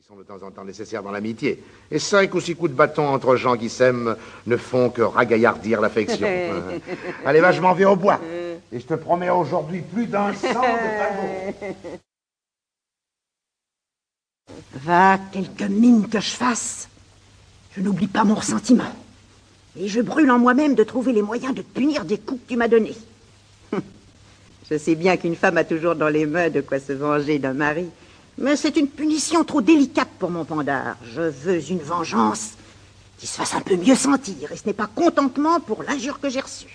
sont de temps en temps nécessaires dans l'amitié. Et 5 ou 6 coups de bâton entre gens qui s'aiment ne font que ragaillardir l'affection. Allez, va, je m'en vais au bois. Et je te promets aujourd'hui plus d'un sang de fagots. Va, quelque mine que je fasse, je n'oublie pas mon ressentiment. Et je brûle en moi-même de trouver les moyens de te punir des coups que tu m'as donnés. Je sais bien qu'une femme a toujours dans les mains de quoi se venger d'un mari. Mais c'est une punition trop délicate pour mon Pandare. Je veux une vengeance qui se fasse un peu mieux sentir. Et ce n'est pas contentement pour l'injure que j'ai reçue.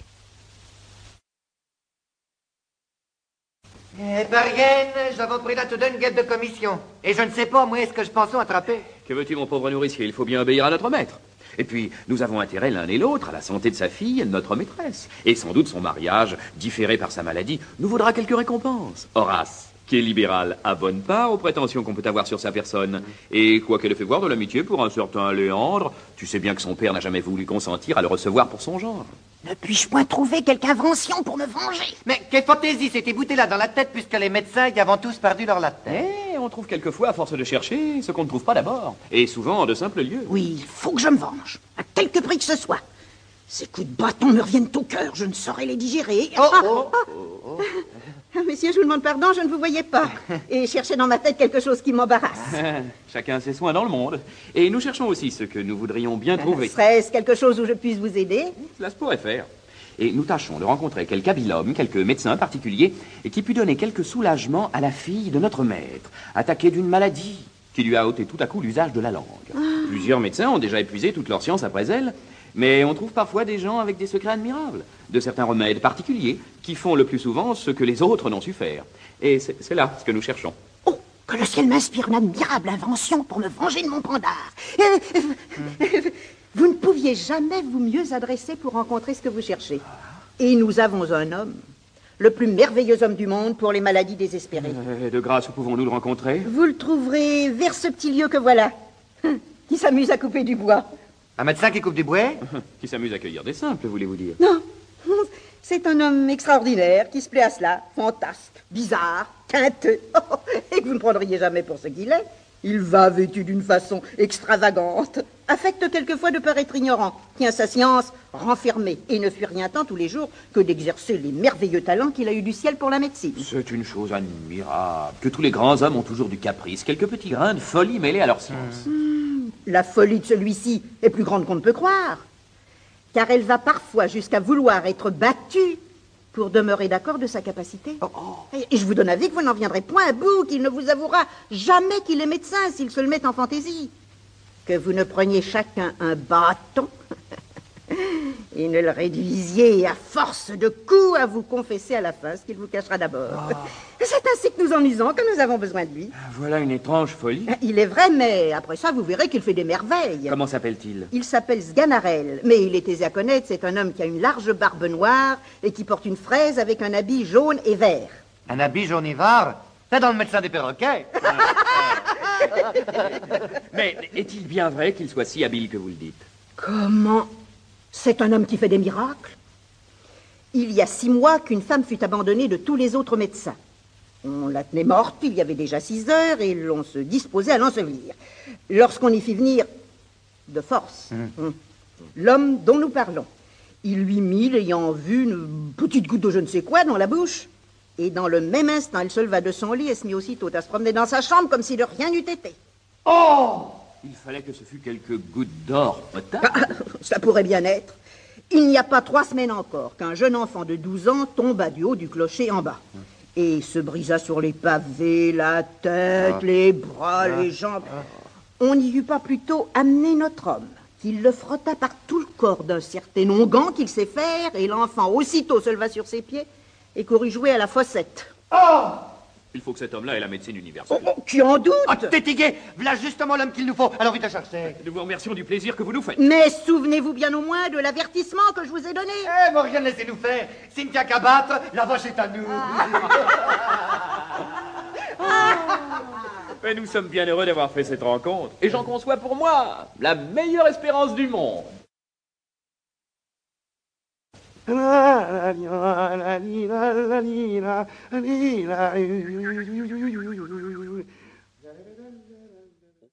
Bargaine, j'avais pris là te donne une guette de commission. Et je ne sais pas, moi, est-ce que je pense attraper. Que veux-tu, mon pauvre nourricier? Il faut bien obéir à notre maître. Et puis, nous avons intérêt l'un et l'autre à la santé de sa fille, notre maîtresse. Et sans doute son mariage, différé par sa maladie, nous vaudra quelques récompenses. Horace, qui est libéral, a bonne part aux prétentions qu'on peut avoir sur sa personne. Et quoiqu'elle ait fait voir de l'amitié pour un certain Léandre, tu sais bien que son père n'a jamais voulu consentir à le recevoir pour son genre. Ne puis-je point trouver quelque invention pour me venger? Mais quelle fantaisie s'était boutée là dans la tête puisque les médecins y avons tous perdu leur latin. Eh, on trouve quelquefois, à force de chercher, ce qu'on ne trouve pas d'abord. Et souvent en de simples lieux. Oui, il faut que je me venge, à quelque prix que ce soit. Ces coups de bâton me reviennent au cœur, je ne saurais les digérer. Monsieur, je vous demande pardon, je ne vous voyais pas. Et cherchais dans ma tête quelque chose qui m'embarrasse. Chacun ses soins dans le monde. Et nous cherchons aussi ce que nous voudrions bien trouver. Serait-ce quelque chose où je puisse vous aider? Cela se pourrait faire. Et nous tâchons de rencontrer quelques habiles hommes, quelques médecins particuliers, et qui puissent donner quelque soulagement à la fille de notre maître, attaquée d'une maladie qui lui a ôté tout à coup l'usage de la langue. Plusieurs médecins ont déjà épuisé toute leur science après elle, mais on trouve parfois des gens avec des secrets admirables, de certains remèdes particuliers, qui font le plus souvent ce que les autres n'ont su faire. Et c'est là ce que nous cherchons. Oh, que le ciel m'inspire une admirable invention pour me venger de mon Pandare. Vous ne pouviez jamais vous mieux adresser pour rencontrer ce que vous cherchez. Et nous avons un homme, le plus merveilleux homme du monde pour les maladies désespérées. De grâce, où pouvons-nous le rencontrer? Vous le trouverez vers ce petit lieu que voilà, qui s'amuse à couper du bois. Un médecin qui coupe du bois? Qui s'amuse à cueillir des simples, voulez-vous dire? Non, c'est un homme extraordinaire qui se plaît à cela, fantasque, bizarre, teinteux, et que vous ne prendriez jamais pour ce qu'il est. Il va vêtu d'une façon extravagante, affecte quelquefois de paraître ignorant, tient sa science renfermée et ne fuit rien tant tous les jours que d'exercer les merveilleux talents qu'il a eu du ciel pour la médecine. C'est une chose admirable, que tous les grands hommes ont toujours du caprice, quelques petits grains de folie mêlés à leur science. La folie de celui-ci est plus grande qu'on ne peut croire, car elle va parfois jusqu'à vouloir être battue pour demeurer d'accord de sa capacité. Et je vous donne avis que vous n'en viendrez point à bout, qu'il ne vous avouera jamais qu'il est médecin s'il se le met en fantaisie. Que vous ne preniez chacun un bâton et ne le réduisiez à force de coups à vous confesser à la fin ce qu'il vous cachera d'abord. C'est ainsi que nous en usons quand nous avons besoin de lui. Voilà une étrange folie. Il est vrai, mais après ça, vous verrez qu'il fait des merveilles. Comment s'appelle-t-il? Il s'appelle Sganarelle, mais il est aisé à connaître. C'est un homme qui a une large barbe noire et qui porte une fraise avec un habit jaune et vert. Un habit jaune et vert? C'est dans le médecin des perroquets. Mais est-il bien vrai qu'il soit si habile que vous le dites? Comment? C'est un homme qui fait des miracles. Il y a 6 mois qu'une femme fut abandonnée de tous les autres médecins. On la tenait morte, il y avait déjà 6 heures, et l'on se disposait à l'ensevelir. Lorsqu'on y fit venir de force l'homme dont nous parlons, il lui mit, l'ayant vu, une petite goutte de je ne sais quoi dans la bouche. Et dans le même instant, elle se leva de son lit et se mit aussitôt à se promener dans sa chambre comme si de rien n'eût été. Oh! Il fallait que ce fût quelques gouttes d'or, peut-être. Ça pourrait bien être. Il n'y a pas 3 semaines encore qu'un jeune enfant de 12 ans tomba du haut du clocher en bas. Et se brisa sur les pavés, la tête, les bras, les jambes. On n'y eut pas plutôt amené notre homme, qu'il le frotta par tout le corps d'un certain onguent qu'il sait faire, et l'enfant aussitôt se leva sur ses pieds et courut jouer à la fossette. Il faut que cet homme-là ait la médecine universelle. Qui en doute? Ah, tétigué, voilà justement l'homme qu'il nous faut. Alors vite à chercher. Nous vous remercions du plaisir que vous nous faites. Mais souvenez-vous bien au moins de l'avertissement que je vous ai donné. Morgane, laissez-nous faire. Cynthia qu'à battre, la vache est à nous. Mais nous sommes bien heureux d'avoir fait cette rencontre. Et j'en conçois pour moi la meilleure espérance du monde. La